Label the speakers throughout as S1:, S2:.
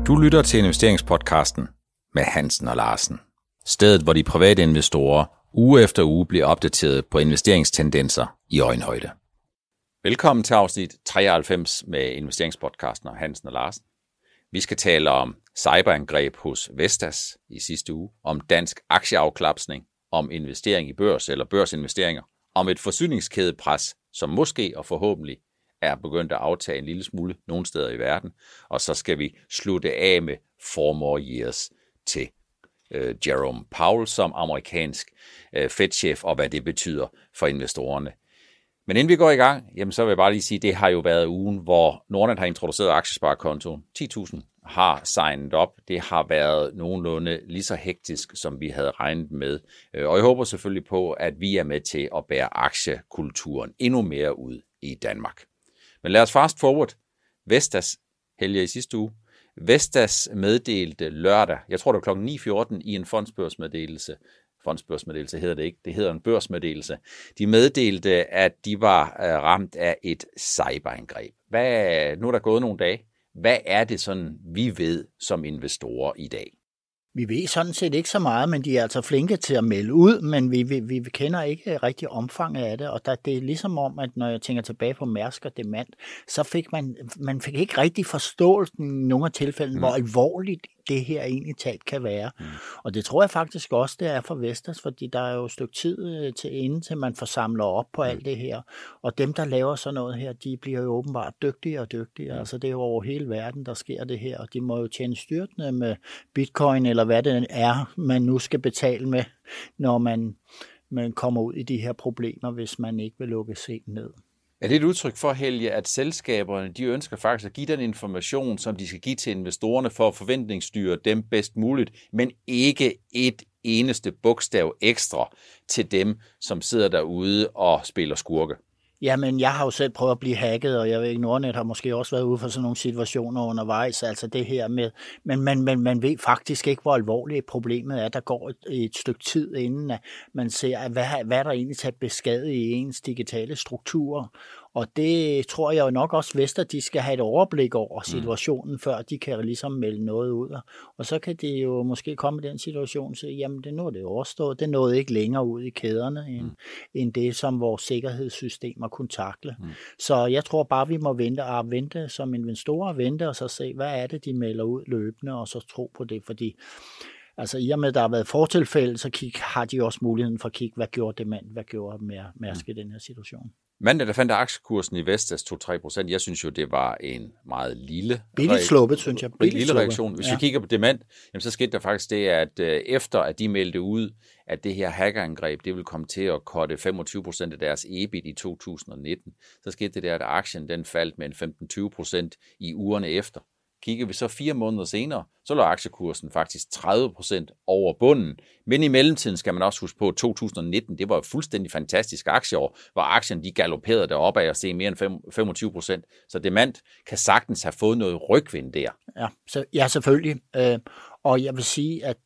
S1: Du lytter til investeringspodcasten med Hansen og Larsen. Stedet, hvor de private investorer uge efter uge bliver opdateret på investeringstendenser i øjenhøjde. Velkommen til afsnit 93 med investeringspodcasten og Hansen og Larsen. Vi skal tale om cyberangreb hos Vestas i sidste uge, om dansk aktieafklapsning, om investering i børs eller børsinvesteringer, om et forsyningskædepres, som måske og forhåbentlig er begyndt at aftage en lille smule nogle steder i verden. Og så skal vi slutte af med 4 more years til Jerome Powell som amerikansk Fed-chef, og hvad det betyder for investorerne. Men inden vi går i gang, jamen så vil jeg bare lige sige, at det har jo været ugen, hvor Nordnet har introduceret aktiesparekontoen. 10.000 har signet op. Det har været nogenlunde lige så hektisk, som vi havde regnet med. Og jeg håber selvfølgelig på, at vi er med til at bære aktiekulturen endnu mere ud i Danmark. Men lad os fast forward. Vestas, helge i sidste uge. Vestas meddelte lørdag, jeg tror det var kl. 9.14 i en fondsbørsmeddelelse. Fondsbørsmeddelelse hedder det ikke, det hedder en børsmeddelelse. De meddelte, at de var ramt af et cyberangreb. Nu er der gået nogle dage. Hvad er det sådan, vi ved som investorer i dag?
S2: Vi ved sådan set ikke så meget, men de er altså flinke til at melde ud, men vi kender ikke rigtig omfanget af det, og det er ligesom om, at når jeg tænker tilbage på Mærsk og Demant, så fik man fik ikke rigtig forståelsen i nogle af tilfældene, hvor alvorligt det her egentlig talt kan være. Og det tror jeg faktisk også, det er for Vestas, fordi der er jo et stykke tid til man får samlet op på alt det her. Og dem, der laver sådan noget her, de bliver jo åbenbart dygtigere og dygtigere. Altså det er jo over hele verden, der sker det her, og de må jo tjene styrtende med bitcoin, eller hvad det er, man nu skal betale med, når man kommer ud i de her problemer, hvis man ikke vil lukke scenen ned.
S1: Er det et udtryk for, Helge, at selskaberne de ønsker faktisk at give den information, som de skal give til investorerne for at forventningsstyre dem bedst muligt, men ikke et eneste bogstav ekstra til dem, som sidder derude og spiller skurke?
S2: Jamen, jeg har jo selv prøvet at blive hacket, og jeg ved ikke, Nordnet har måske også været ude for sådan nogle situationer undervejs, altså det her med, men man ved faktisk ikke, hvor alvorligt problemet er. Der går et stykke tid, inden at man ser, hvad der egentlig tager beskade i ens digitale strukturer. Og det tror jeg jo nok også, Vestas, de skal have et overblik over situationen, før de kan ligesom melde noget ud. Og så kan de jo måske komme i den situation og sige, jamen nu er det overstået. Det nåede ikke længere ud i kæderne, end det, som vores sikkerhedssystemer kunne takle. Så jeg tror bare, vi må vente som investorer, vente og så se, hvad er det, de melder ud løbende, og så tro på det, fordi altså i og med, at der har været fortilfælde, så har de også muligheden for at kigge, hvad gjorde Demant, hvad gjorde Mærsk i den her situation.
S1: Mandag, der fandt aktiekursen i Vestas 2-3%. Jeg synes jo, det var en meget lille
S2: billigt sluppet, synes jeg.
S1: Lille reaktion. Hvis vi kigger på Demant, jamen, så skete der faktisk det, at efter at de meldte ud, at det her hackerangreb, det ville komme til at kotte 25% af deres EBIT i 2019, så skete det der, at aktien den faldt med en 15-20% i ugerne efter. Kigger vi så 4 måneder senere, så lå aktiekursen faktisk 30% over bunden. Men i mellemtiden skal man også huske på, at 2019, det var et fuldstændig fantastisk aktieår, hvor aktien de galopperede deroppe af at se mere end 25%. Så Demant kan sagtens have fået noget rygvind der.
S2: Ja, selvfølgelig. Og jeg vil sige, at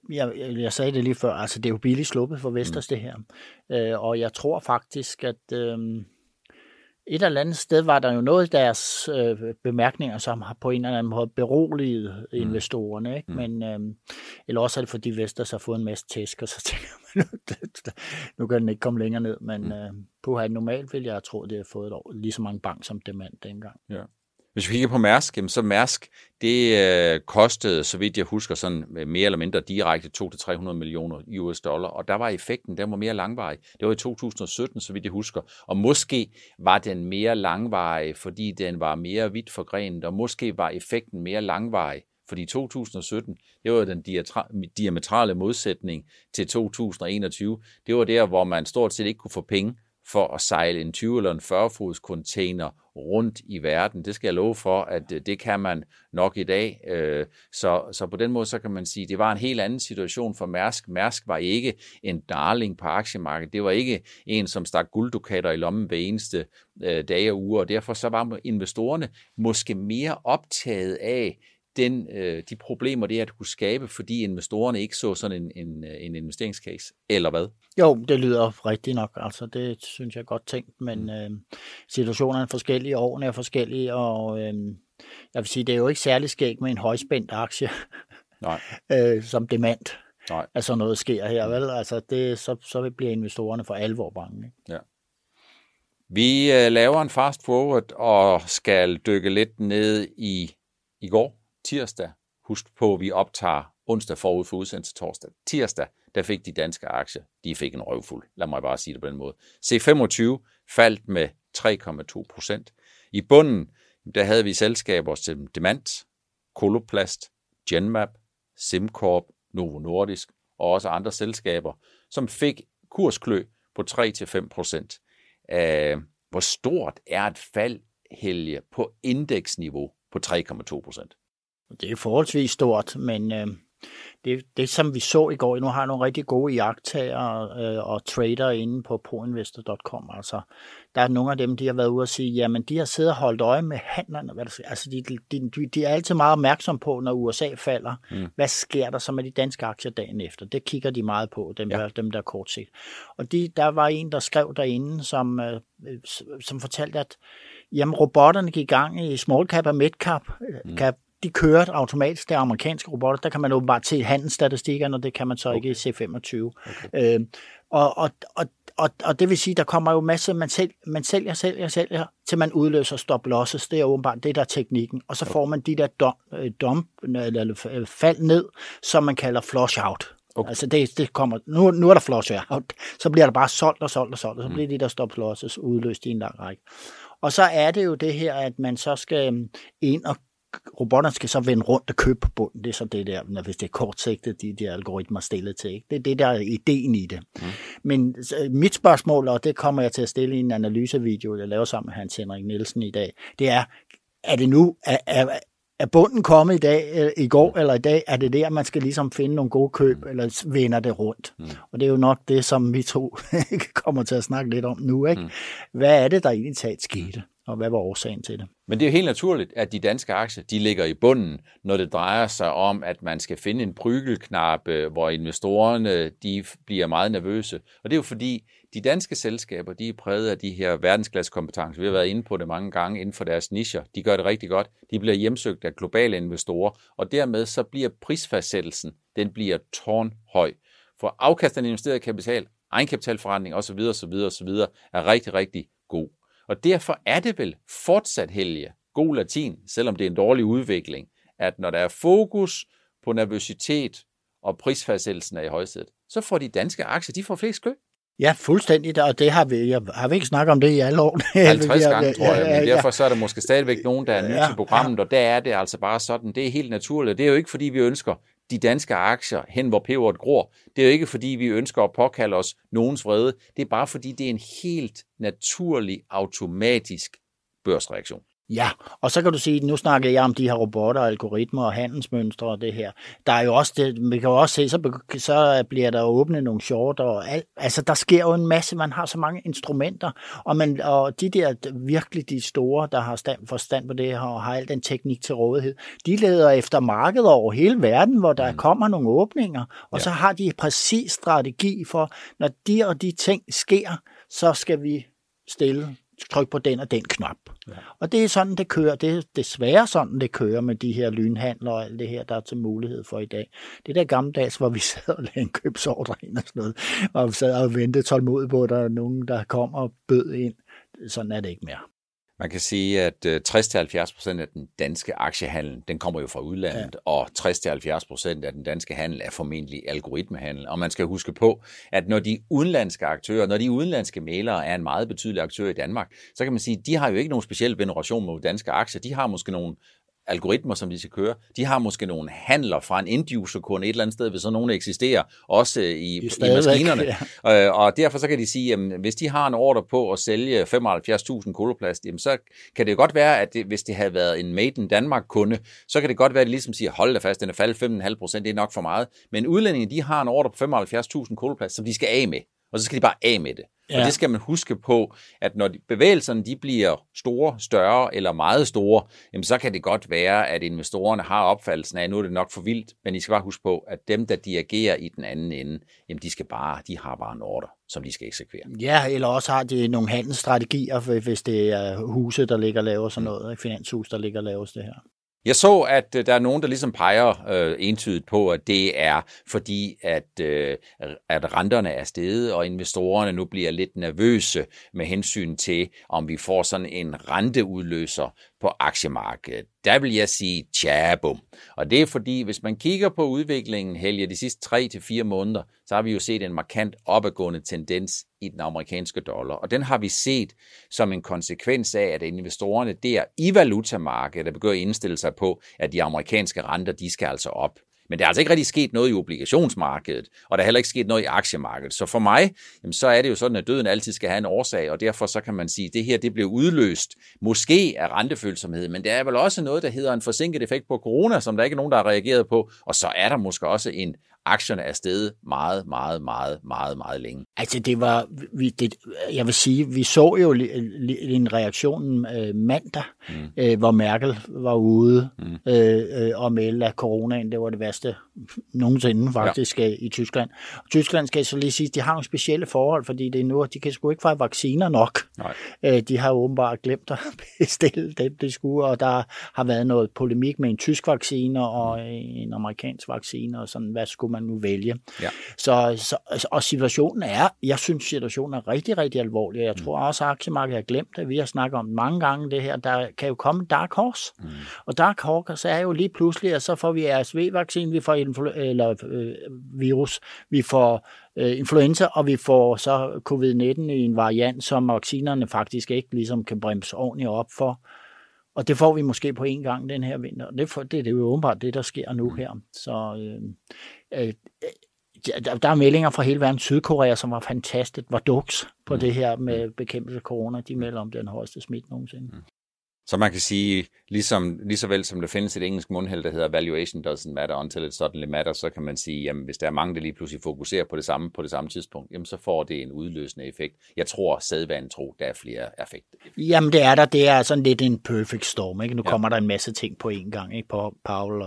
S2: jeg sagde det lige før, altså det er jo billigt sluppet for Vestas det her. Og jeg tror faktisk, at et eller andet sted var der jo noget af deres bemærkninger, som har på en eller anden måde beroliget investorerne. Ikke? Men, eller også er det, fordi Vestas har fået en masse tæsk, og så tænker man, nu kan den ikke komme længere ned. Men normalt vil jeg tro, at det har fået lige så mange bank som Demant dengang. Ja.
S1: Hvis vi kigger på Mærsk, så Mærsk, det kostede, så vidt jeg husker, sådan mere eller mindre direkte $200-300 millioner, og der var effekten, den var mere langvarig. Det var i 2017, så vidt jeg husker, og måske var den mere langvarig, fordi den var mere vidt forgrenet, og måske var effekten mere langvarig, fordi 2017, det var den diametrale modsætning til 2021. Det var der, hvor man stort set ikke kunne få penge for at sejle en 20 eller en 40-fods container rundt i verden. Det skal jeg love for, at det kan man nok i dag. Så på den måde, så kan man sige, at det var en helt anden situation for Mærsk. Mærsk var ikke en darling på aktiemarkedet. Det var ikke en, som stak gulddukatter i lommen hver eneste dag og uge, og derfor så var investorerne måske mere optaget af de problemer, det at kunne skabe, fordi investorerne ikke så sådan en investeringscase, eller hvad?
S2: Jo, det lyder rigtigt nok. Altså, det synes jeg godt tænkt, men situationerne er forskellige, årene er forskellige, og Jeg vil sige, det er jo ikke særlig skægt med en højspændt aktie,
S1: Nej.
S2: som demand.
S1: Nej.
S2: Altså noget sker her, vel? Altså så bliver investorerne for alvor bange. Ikke?
S1: Ja. Vi laver en fast forward og skal dykke lidt ned i går, tirsdag. Husk på, at vi optager onsdag forud for udsendelse torsdag. Tirsdag, der fik de danske aktier, de fik en røvfuld. Lad mig bare sige det på den måde. C25 faldt med 3,2%. I bunden, der havde vi selskaber som Demant, Coloplast, Genmab, SimCorp, Novo Nordisk og også andre selskaber, som fik kursklø på 3-5%. Hvor stort er et fald, Helge, på indeksniveau på 3,2%?
S2: Det er forholdsvis stort, men det som vi så i går, nu har jeg nogle rigtig gode iagttagere og trader inde på proinvestor.com. Altså, der er nogle af dem, de har været ude og sige, jamen de har siddet og holdt øje med handlerne. Altså, de er altid meget opmærksomme på, når USA falder. Hvad sker der så med de danske aktier dagen efter? Det kigger de meget på, dem der kort sigt. Og der var en, der skrev derinde, som fortalte, at jamen, robotterne gik i gang i small cap og mid cap. De kørte automatisk, det amerikanske robotter, der kan man åbenbart se handelsstatistikkerne, og det kan man så ikke i C25. Okay. Og det vil sige, der kommer jo masser, man sælger, til man udløser stop losses, det er åbenbart det, der er teknikken, og så får man de der fald ned, som man kalder flush out. Okay. Altså det kommer, nu er der flush out, så bliver der bare solgt, og så bliver de der stop losses udløst i en lang række. Og så er det jo det her, at man så skal ind og robotterne skal så vende rundt og købe på bunden. Det er så det der, hvis det er kortsigtet, de algoritmer stillet til. Ikke? Det er det, der er ideen i det. Men mit spørgsmål, og det kommer jeg til at stille i en analysevideo, jeg laver sammen med Hans Henrik Nielsen i dag, det er det nu, er bunden kommet i dag, i går eller i dag, er det der, man skal ligesom finde nogle gode køb, eller vender det rundt? Og det er jo nok det, som vi to kommer til at snakke lidt om nu. Ikke? Hvad er det, der egentlig talt skete? Og hvad var årsagen til det?
S1: Men det er jo helt naturligt, at de danske aktier, de ligger i bunden, når det drejer sig om, at man skal finde en prygelknap, hvor investorerne de bliver meget nervøse. Og det er jo fordi, de danske selskaber, de er præget af de her verdensklassekompetencer. Vi har været inde på det mange gange inden for deres nicher. De gør det rigtig godt. De bliver hjemsøgt af globale investorer, og dermed så bliver prisfastsættelsen, den bliver tårnhøj. For afkast af investeret kapital, egenkapitalforretning osv. er rigtig, rigtig god. Og derfor er det vel fortsat, Helge, god latin, selvom det er en dårlig udvikling, at når der er fokus på nervøsitet og prisfastsættelsen er i højsædet, så får de danske aktier, de får flest kø.
S2: Ja, fuldstændigt, og det har vi ikke snakket om det i alle år.
S1: 50 gange, tror jeg, men derfor så er der måske stadigvæk nogen, der er nye til programmet, og der er det altså bare sådan, det er helt naturligt. Det er jo ikke, fordi vi ønsker de danske aktier hen, hvor peberet gror. Det er jo ikke, fordi vi ønsker at påkalde os nogens vrede. Det er bare, fordi det er en helt naturlig, automatisk børsreaktion.
S2: Ja, og så kan du sige, nu snakker jeg om de her robotter, algoritmer og handelsmønstre og det her. Der er jo også det, vi kan jo også se, så bliver der åbnet nogle short og alt. Altså, der sker jo en masse, man har så mange instrumenter, og de der virkelig de store, der har forstand på det her og har al den teknik til rådighed, de leder efter markeder over hele verden, hvor der kommer nogle åbninger, og så har de præcis strategi for, når de og de ting sker, så skal vi tryk på den og den knap. Ja. Og det er sådan, det kører. Det er desværre sådan, det kører med de her lynhandler og alt det her, der er til mulighed for i dag. Det der gammeldags, hvor vi sad og lagde en købsordre ind og sådan noget, og vi sad og ventede tålmodigt på, at der er nogen, der kom og bød ind. Sådan er det ikke mere.
S1: Man kan sige, at 60-70% af den danske aktiehandel, den kommer jo fra udlandet, og 60-70% af den danske handel er formentlig algoritmehandel. Og man skal huske på, at når de udenlandske aktører, når de udenlandske mælere er en meget betydelig aktør i Danmark, så kan man sige, at de har jo ikke nogen speciel veneration mod danske aktier. De har måske nogle algoritmer, som de skal køre. De har måske nogle handler fra en end-user-kunde et eller andet sted, hvis så nogen eksisterer, også i maskinerne. Ja. Og derfor så kan de sige, at hvis de har en ordre på at sælge 75.000 Coloplast, jamen så kan det godt være, at hvis det havde været en Made in Danmark-kunde, så kan det godt være, at de ligesom siger, hold da fast, den er faldet 5,5%, det er nok for meget. Men udlændinge, de har en ordre på 75.000 Coloplast, som de skal af med. Og så skal de bare af med det. Og det skal man huske på, at når bevægelserne de bliver store, større eller meget store, jamen så kan det godt være, at investorerne har opfattelsen af, at nu er det nok for vildt, men I skal bare huske på, at dem, der dirigerer i den anden ende, jamen de har bare en ordre, som de skal eksekvere.
S2: Ja, eller også har de nogle handelsstrategier, hvis det er huse, der ligger og laver sådan noget, ikke? Finanshus, der ligger og laver det her.
S1: Jeg så, at der er nogen, der ligesom peger entydigt på, at det er fordi, at renterne er steget, og investorerne nu bliver lidt nervøse med hensyn til, om vi får sådan en renteudløser på aktiemarkedet. Der vil jeg sige tjabum. Og det er fordi, hvis man kigger på udviklingen, Helge, de sidste 3 til 4 måneder, så har vi jo set en markant opadgående tendens i den amerikanske dollar. Og den har vi set som en konsekvens af, at investorerne der i valutamarkedet er begyndt at indstille sig på, at de amerikanske renter, de skal altså op. Men der er altså ikke rigtig sket noget i obligationsmarkedet, og der er heller ikke sket noget i aktiemarkedet. Så for mig, jamen, så er det jo sådan, at døden altid skal have en årsag, og derfor så kan man sige, at det her det blev udløst måske af rentefølsomhed, men det er vel også noget, der hedder en forsinket effekt på corona, som der ikke er nogen, der har reageret på, og så er der måske også en aktierne er steget meget længe.
S2: Altså jeg vil sige, vi så jo en reaktion mandag, hvor Merkel var ude og melde, at coronaen, det var det værste nogensinde faktisk i Tyskland. Og Tyskland skal så lige sige, de har nogle specielle forhold, fordi det er nu, de kan sgu ikke få vacciner nok. Nej. De har åbenbart glemt at bestille dem, de skulle, og der har været noget polemik med en tysk vaccine og en amerikansk vaccine, og sådan, hvad skulle man nu vælge? Ja. Og situationen jeg synes situationen er rigtig, rigtig alvorlig. Jeg tror også, at aktiemarkedet har glemt det. Vi har snakket om mange gange det her. Der kan jo komme dark horse. Og dark horse er jo lige pludselig, at så får vi RSV-vaccine, vi får virus, vi får influenza, og vi får så covid-19 i en variant, som vaccinerne faktisk ikke ligesom kan bremse ordentligt op for. Og det får vi måske på en gang den her vinter. Det er jo åbenbart det, der sker nu her. Så der er meldinger fra hele verden. Sydkorea, som var fantastisk, var duks på det her med bekæmpelse af corona. De melder om den højeste smitte nogensinde.
S1: Så man kan sige, lige så vel som der findes et engelsk mundheld, der hedder valuation doesn't matter until it suddenly matters, så kan man sige, jamen hvis der er mange, der lige pludselig fokuserer på det samme tidspunkt, jamen så får det en udløsende effekt. Jeg tror, sædvanen tror, der er flere effekter.
S2: Jamen det er der. Det er sådan lidt en perfect storm, ikke? Nu kommer der en masse ting på en gang, ikke? På Powell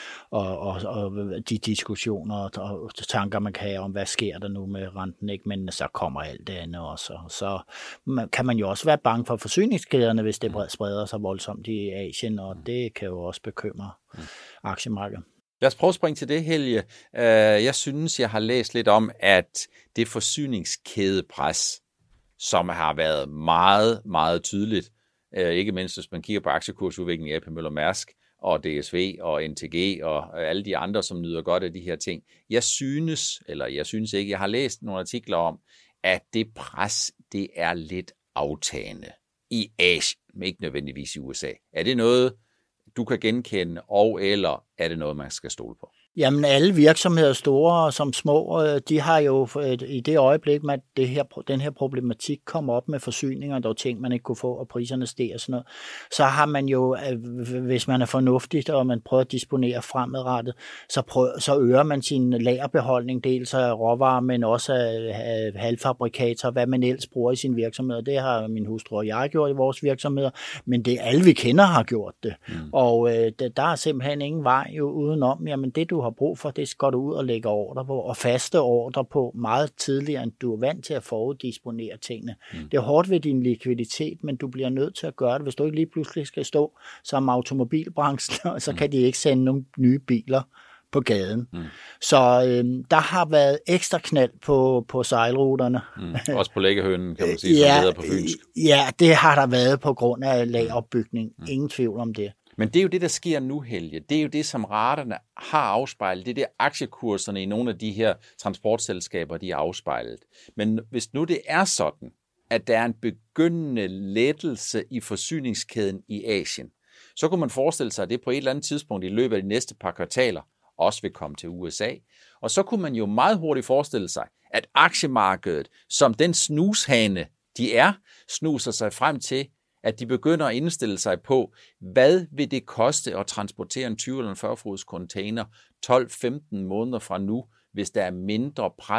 S2: og de diskussioner og tanker, man kan have om, hvad sker der nu med renten, ikke? Men så kommer alt det andet også. Så kan man jo også være bange for forsyningskæderne, hvis det spreder sig voldsomt i Asien, og det kan jo også bekymre aktiemarkedet.
S1: Lad os prøve at springe til det, Helge. Jeg synes, jeg har læst lidt om, at det forsyningskædepres, som har været meget tydeligt, ikke mindst hvis man kigger på aktiekursudviklingen i AP Møller Mærsk, og DSV og NTG og alle de andre, som nyder godt af de her ting. Jeg synes ikke, jeg har læst nogle artikler om, at det pres, det er lidt aftagende i Asien, men ikke nødvendigvis i USA. Er det noget, du kan genkende, eller er det noget, man skal stole på?
S2: Jamen alle virksomheder, store som små, de har jo i det øjeblik, at den her problematik kommer op med forsyninger, der var ting, man ikke kunne få, og priserne steg og sådan noget, så har man jo, hvis man er fornuftigt, og man prøver at disponere fremadrettet, så øger man sin lagerbeholdning, dels af råvarer, men også af halvfabrikater, hvad man ellers bruger i sin virksomhed. Det har min hustru og jeg gjort i vores virksomheder, men det alle vi kender har gjort det. Og der er simpelthen ingen vej udenom. Jamen det du har brug for, det skal du ud og lægge ordre på, og faste ordre på meget tidligere, end du er vant til at foruddisponere tingene. Det er hårdt ved din likviditet, men du bliver nødt til at gøre det. Hvis du ikke lige pludselig skal stå som automobilbranchen, så kan de ikke sende nogle nye biler på gaden. Så der har været ekstra knald på sejlruterne.
S1: Også på læggehønen, kan man sige, som det hedder på fynsk.
S2: Ja, det har der været på grund af lageropbygning. Ingen tvivl om det.
S1: Men det er jo det, der sker nu, Helge. Det er jo det, som raterne har afspejlet. Det er det, aktiekurserne i nogle af de her transportselskaber, de har afspejlet. Men hvis nu det er sådan, at der er en begyndende lettelse i forsyningskæden i Asien, så kunne man forestille sig, at det på et eller andet tidspunkt i løbet af de næste par kvartaler også vil komme til USA. Og så kunne man jo meget hurtigt forestille sig, at aktiemarkedet, som den snushane de er, snuser sig frem til, at de begynder at indstille sig på, hvad vil det koste at transportere en 20 eller 40 fods container 12-15 måneder fra nu, hvis der er mindre pres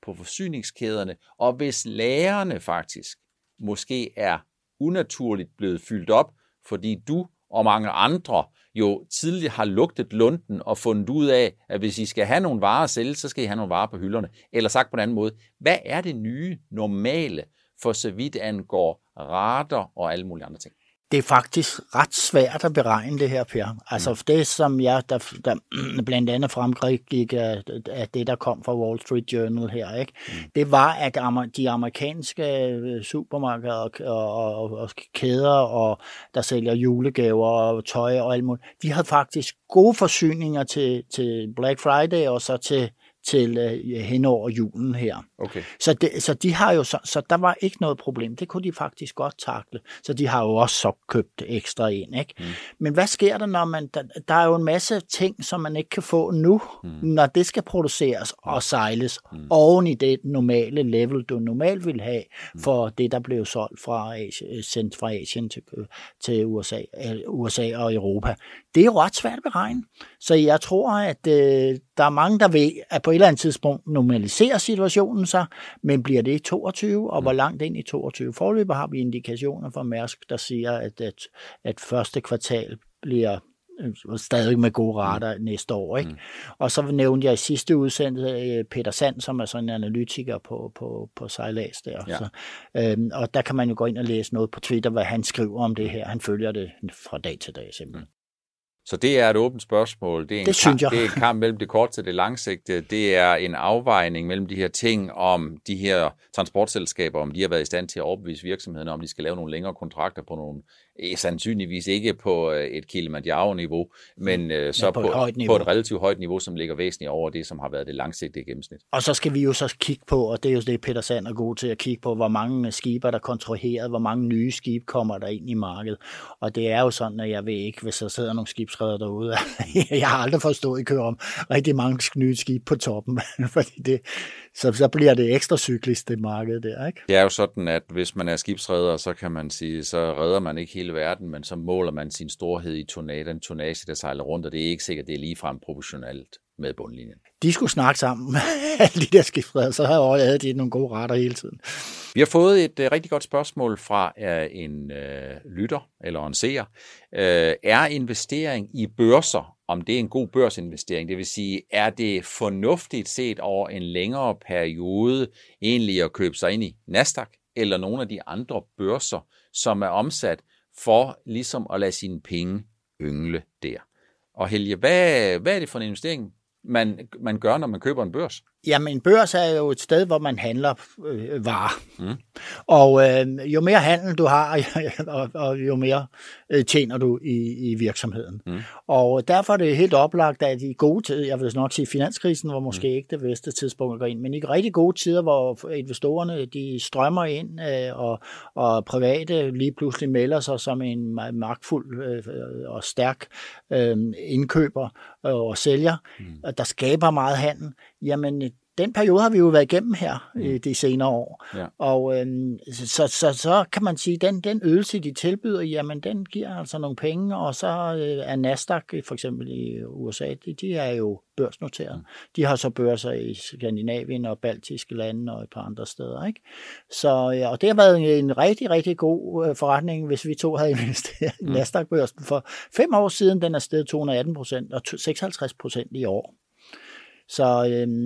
S1: på forsyningskæderne, og hvis lagrene faktisk måske er unaturligt blevet fyldt op, fordi du og mange andre jo tidligere har lugtet lunden og fundet ud af, at hvis I skal have nogle varer at sælge, så skal I have nogle varer på hylderne. Eller sagt på en anden måde, hvad er det nye normale, for så vidt angår rater og alle mulige andre ting?
S2: Det er faktisk ret svært at beregne det her, Per. Altså det, som jeg der blandt andet fremgik af det, der kom fra Wall Street Journal her, ikke? Det var, at de amerikanske supermarkeder og kæder, og der sælger julegaver og tøj og alt muligt, de havde faktisk gode forsyninger til Black Friday og så til hen over julen her.
S1: Okay.
S2: Så de har jo så der var ikke noget problem. Det kunne de faktisk godt takle. Så de har jo også så købt ekstra ind, ikke? Men hvad sker der, når der er jo en masse ting, som man ikke kan få nu, når det skal produceres og sejles oven i det normale level, du normalt vil have for det, der blev solgt sendt fra Asien til USA og Europa. Det er jo ret svært at beregne. Så jeg tror, at der er mange, der ved, at på et eller andet tidspunkt normaliserer situationen sig, men bliver det i 22, og hvor langt ind i 22? Foreløbig har vi indikationer fra Mærsk, der siger, at første kvartal bliver stadig med gode rater næste år, ikke? Og så nævnte jeg i sidste udsendelse Peter Sand, som er sådan en analytiker på sejlads der. Ja. Så, og der kan man jo gå ind og læse noget på Twitter, hvad han skriver om det her. Han følger det fra dag til dag simpelthen.
S1: Så det er et åbent spørgsmål. Det er en kamp mellem det korte og det langsigtede. Det er en afvejning mellem de her ting, om de her transportselskaber, om de har været i stand til at overbevise virksomhederne, om de skal lave nogle længere kontrakter på nogle, sandsynligvis ikke på et Kilimanjaro-niveau, men så på et relativt højt niveau, som ligger væsentligt over det, som har været det langsigtede gennemsnit. Og
S2: så skal vi jo så kigge på, og det er jo det, Peter Sand er god til at kigge på, hvor mange skibe der er kontraheret, hvor mange nye skibe kommer der ind i markedet. Og det er jo sådan, at jeg ved ikke, hvis der sidder nogle skibsredere derude, jeg har aldrig forstået, at I kører om rigtig mange nye skibe på toppen, fordi så bliver det ekstra cyklisk, det marked der, ikke?
S1: Det er jo sådan, at hvis man er skibsreder, så kan man sige, så redder man ikke hele verden, men så måler man sin storhed i den tonnage, der sejler rundt, og det er ikke sikkert, det er ligefrem proportionalt med bundlinjen.
S2: De skulle snakke sammen, alle de der skibsredere, så havde de nogle gode rater hele tiden.
S1: Vi har fået et rigtig godt spørgsmål fra en lytter eller en seer. Er investering i børser, om det er en god børsinvestering, det vil sige, er det fornuftigt set over en længere periode egentlig at købe sig ind i Nasdaq eller nogle af de andre børser, som er omsat for ligesom at lade sine penge yngle der? Og Helge, hvad er det for en investering, man gør, når man køber en børs?
S2: Jamen, en børs er jo et sted, hvor man handler varer. Og jo mere handel du har, og jo mere tjener du i virksomheden. Og derfor er det helt oplagt, at i gode tider, jeg vil nok sige, finanskrisen var måske ikke det bedste tidspunkt at gå ind, men i rigtig gode tider, hvor investorerne de strømmer ind, og private lige pludselig melder sig som en magtfuld og stærk indkøber og sælger, der skaber meget handel, jamen den periode har vi jo været igennem her de senere år. Ja. Og så kan man sige, den ydelse, de tilbyder, jamen den giver altså nogle penge, og så er Nasdaq for eksempel i USA, de er jo børsnoteret. De har så børser i Skandinavien og baltiske lande og et par andre steder, ikke? Så, og det har været en rigtig, rigtig god forretning, hvis vi to havde investeret i Nasdaq-børsen. For 5 år siden, den er steget 218% og 56% i år. Så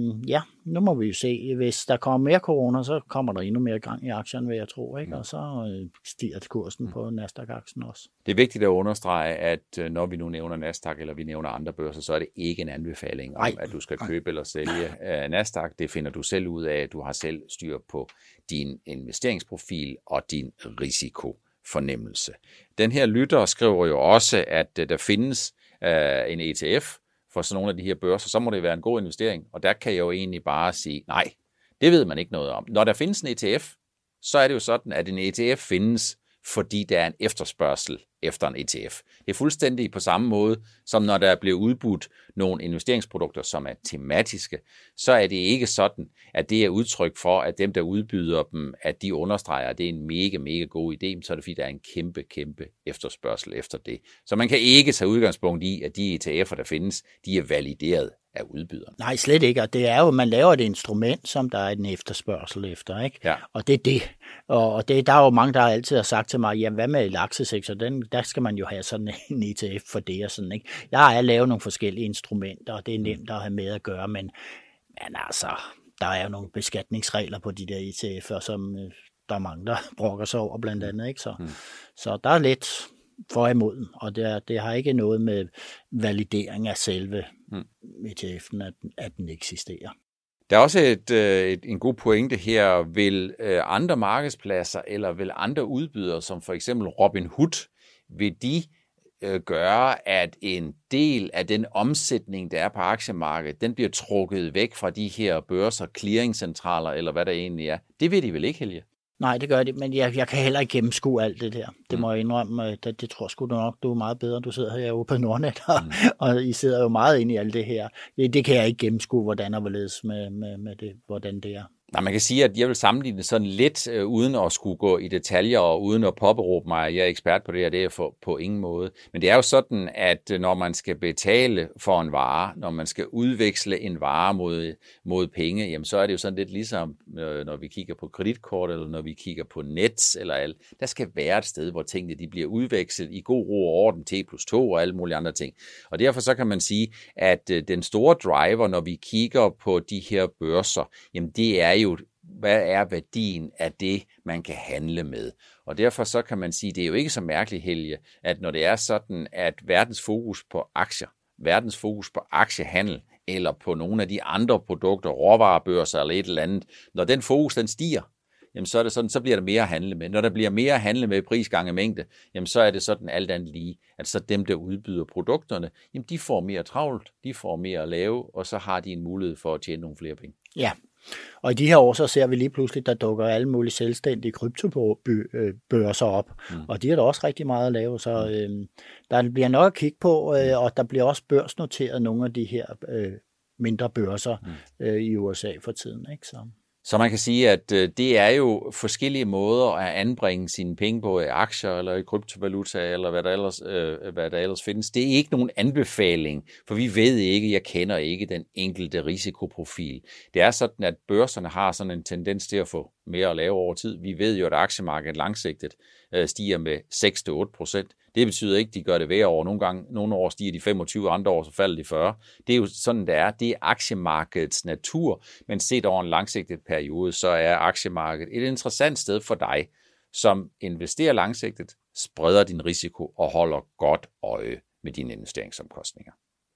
S2: nu må vi jo se, hvis der kommer mere corona, så kommer der endnu mere gang i aktierne, vil jeg tro, ikke? Og så stiger kursen på Nasdaq-aktien også.
S1: Det er vigtigt at understrege, at når vi nu nævner Nasdaq, eller vi nævner andre børser, så er det ikke en anbefaling om, at du skal købe eller sælge Nasdaq. Det finder du selv ud af, at du har selv styr på din investeringsprofil og din risikofornemmelse. Den her lytter skriver jo også, at der findes en ETF, for sådan nogle af de her børser, så må det være en god investering. Og der kan jeg jo egentlig bare sige, nej, det ved man ikke noget om. Når der findes en ETF, så er det jo sådan, at en ETF findes, fordi der er en efterspørgsel efter en ETF. Det er fuldstændig på samme måde, som når der bliver udbudt nogle investeringsprodukter, som er tematiske, så er det ikke sådan, at det er udtryk for, at dem, der udbyder dem, at de understreger, at det er en mega, mega god idé, så er det fordi, der er en kæmpe, kæmpe efterspørgsel efter det. Så man kan ikke tage udgangspunkt i, at de ETF'er, der findes, de er valideret af udbyderen.
S2: Nej, slet ikke, og det er jo, man laver et instrument, som der er en efterspørgsel efter, ikke?
S1: Ja.
S2: Og det er det. Og det, der er jo mange, der altid har sagt til mig, jamen hvad med laksesektor, der skal man jo have sådan en ETF for det og sådan, ikke? Jeg har lavet nogle forskellige instrumenter, og det er nemt at have med at gøre, men altså, der er jo nogle beskatningsregler på de der ETF'er, som der er mange, der brokker sig over blandt andet, ikke? Så der er lidt for imod, og det har ikke noget med validering af selve ETF'en, at den eksisterer.
S1: Der er også en god pointe her. Vil andre markedspladser eller vil andre udbydere, som for eksempel Robinhood, vil de gøre, at en del af den omsætning, der er på aktiemarkedet, den bliver trukket væk fra de her børser, clearingcentraler eller hvad der egentlig er? Det vil de vel ikke, Helge?
S2: Nej, det gør det, men jeg kan heller ikke gennemskue alt det der. Det må jeg indrømme. Det tror sgu nok, du er meget bedre. Du sidder herude på Nordnet, og I sidder jo meget inde i alt det her. Det kan jeg ikke gennemskue, hvordan og hvorledes med det, hvordan det er.
S1: Nej, man kan sige, at jeg vil sammenligne det sådan lidt, uden at skulle gå i detaljer og uden at påberåbe mig, at jeg er ekspert på det, og det er på ingen måde. Men det er jo sådan, at når man skal betale for en vare, når man skal udveksle en vare mod penge, jamen så er det jo sådan lidt ligesom, når vi kigger på kreditkort, eller når vi kigger på Nets eller alt. Der skal være et sted, hvor tingene de bliver udvekslet i god ro og orden, T+2 og alle mulige andre ting. Og derfor så kan man sige, at den store driver, når vi kigger på de her børser, jamen det er jo, hvad er værdien af det, man kan handle med. Og derfor så kan man sige, det er jo ikke så mærkeligt, Helge, at når det er sådan, at verdens fokus på aktier, verdens fokus på aktiehandel, eller på nogle af de andre produkter, råvarebørser eller et eller andet, når den fokus den stiger, jamen så er det sådan, så bliver der mere at handle med. Når der bliver mere at handle med pris gange mængde, jamen så er det sådan alt andet lige, at så dem, der udbyder produkterne, jamen de får mere travlt, de får mere at lave, og så har de en mulighed for at tjene nogle flere penge.
S2: Ja, og i de her år, så ser vi lige pludselig, der dukker alle mulige selvstændige kryptobørser op, og de er der også rigtig meget at lave, så der bliver nok at kigge på, og der bliver også børsnoteret nogle af de her mindre børser i USA for tiden, ikke?
S1: Så man kan sige, at det er jo forskellige måder at anbringe sine penge på i aktier eller i kryptovaluta eller hvad der ellers findes. Det er ikke nogen anbefaling, for vi ved ikke, jeg kender ikke den enkelte risikoprofil. Det er sådan, at børserne har sådan en tendens til at få mere at lave over tid. Vi ved jo, at aktiemarkedet langsigtet stiger med 6-8%. Det betyder ikke, at de gør det hver år. Nogle år stiger de 25, andre år så falder de 40. Det er jo sådan, det er. Det er aktiemarkedets natur, men set over en langsigtet periode, så er aktiemarkedet et interessant sted for dig, som investerer langsigtet, spreder din risiko og holder godt øje med dine investeringsomkostninger.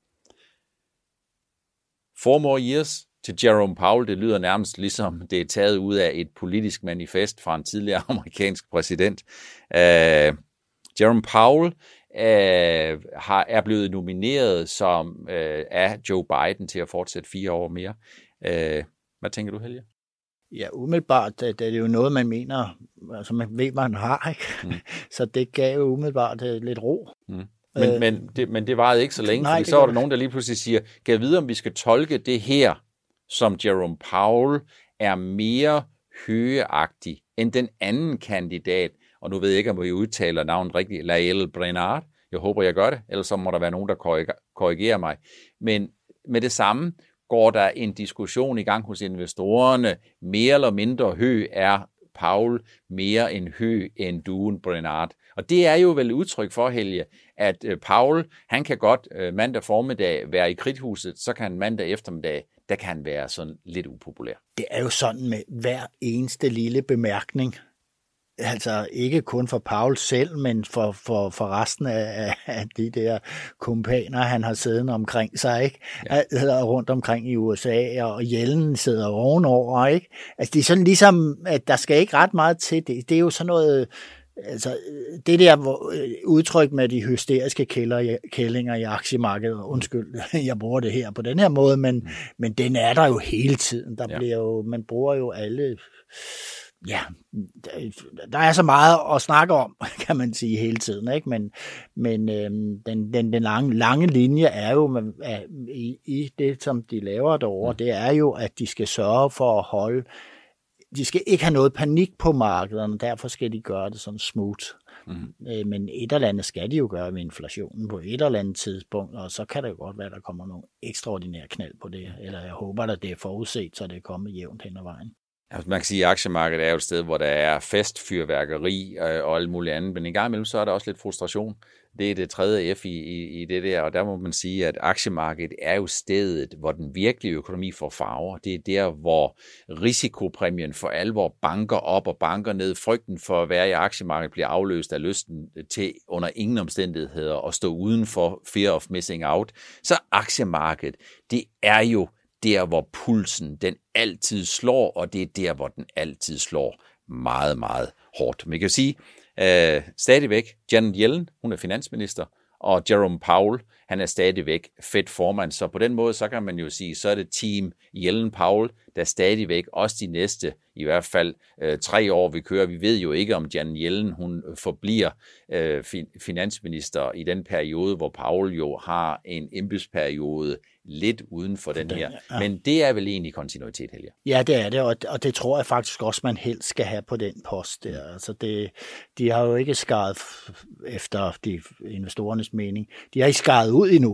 S1: 4 more years til Jerome Powell, det lyder nærmest ligesom det er taget ud af et politisk manifest fra en tidligere amerikansk præsident. Jerome Powell er blevet nomineret af Joe Biden til at fortsætte 4 år mere. Hvad tænker du, Helge?
S2: Ja, umiddelbart, det er jo noget, man mener, altså man ved, man har, ikke? Så det gav jo umiddelbart lidt ro.
S1: Men det varede ikke så længe,
S2: nej,
S1: fordi så var der nogen, der lige pludselig siger, kan jeg vide, om vi skal tolke det her, som Jerome Powell er mere højeagtig end den anden kandidat, og nu ved jeg ikke, om I udtaler navnet rigtigt, Lael Brainard. Jeg håber, jeg gør det, ellers så må der være nogen, der korrigerer mig. Men med det samme går der en diskussion i gang hos investorerne. Mere eller mindre høj er Powell mere en høj end duen Brainard. Og det er jo vel udtryk for, Helge, at Powell, han kan godt mandag formiddag være i kridthuset, så kan han mandag eftermiddag, der kan han være sådan lidt upopulær.
S2: Det er jo sådan med hver eneste lille bemærkning. Altså ikke kun for Powell selv, men for resten af de der kumpaner, han har siddende omkring sig, ikke? Ja. Rundt omkring i USA, og Yellen sidder ovenover, ikke? Altså det er sådan ligesom, at der skal ikke ret meget til det. Det er jo sådan noget, altså det der udtryk med de hysteriske kællinger i aktiemarkedet, undskyld, jeg bruger det her på den her måde, men den er der jo hele tiden. Bliver jo, man bruger jo alle. Ja, der er så meget at snakke om, kan man sige, hele tiden, ikke? Men den lange linje er jo i det, som de laver derovre, det er jo, at de skal sørge for at holde, de skal ikke have noget panik på markederne, derfor skal de gøre det sådan smooth. Men et eller andet skal de jo gøre med inflationen på et eller andet tidspunkt, og så kan det jo godt være, at der kommer nogle ekstraordinære knald på det, eller jeg håber, at det er forudset, så det er kommet jævnt hen ad vejen.
S1: Altså, man kan sige, at aktiemarkedet er jo et sted, hvor der er festfyrværkeri og alt muligt andet, men en gang imellem så er der også lidt frustration. Det er det tredje F i det der, og der må man sige, at aktiemarkedet er jo stedet, hvor den virkelige økonomi får farver. Det er der, hvor risikopræmien for alvor banker op og banker ned. Frygten for at være i aktiemarkedet bliver afløst af lysten til under ingen omstændigheder at stå uden for fear of missing out. Så aktiemarkedet, det er jo der, hvor pulsen den altid slår, og det er der, hvor den altid slår meget, meget hårdt. Man kan sige, stadigvæk, Janet Yellen, hun er finansminister, og Jerome Powell, han er stadigvæk Fed-formand, så på den måde, så kan man jo sige, så er det team Yellen-Powell, der stadigvæk også de næste, i hvert fald 3 år vil køre. Vi ved jo ikke, om Janet Yellen, hun forbliver finansminister i den periode, hvor Powell jo har en embedsperiode lidt uden for den her. Ja. Men det er vel egentlig kontinuitet, Helge?
S2: Ja, det er det, og det tror jeg faktisk også, man helst skal have på den post der. Altså de har jo ikke skaret efter investorernes mening. De har ikke skaret ud endnu,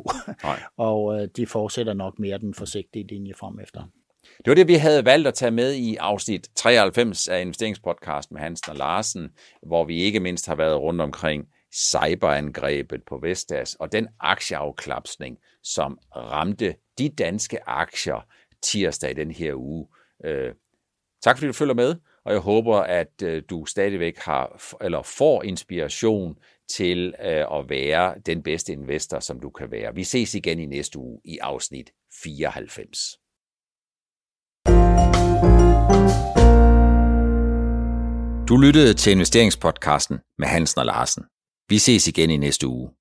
S2: og de fortsætter nok mere den forsigtige linje frem efter.
S1: Det var det, vi havde valgt at tage med i afsnit 93 af Investeringspodcast med Hansen og Larsen, hvor vi ikke mindst har været rundt omkring cyberangrebet på Vestas og den aktieafklapsning, som ramte de danske aktier tirsdag i den her uge. Tak fordi du følger med, og jeg håber, at du stadigvæk får inspiration til at være den bedste investor, som du kan være. Vi ses igen i næste uge i afsnit 94. Du lyttede til investeringspodcasten med Hansen og Larsen. Vi ses igen i næste uge.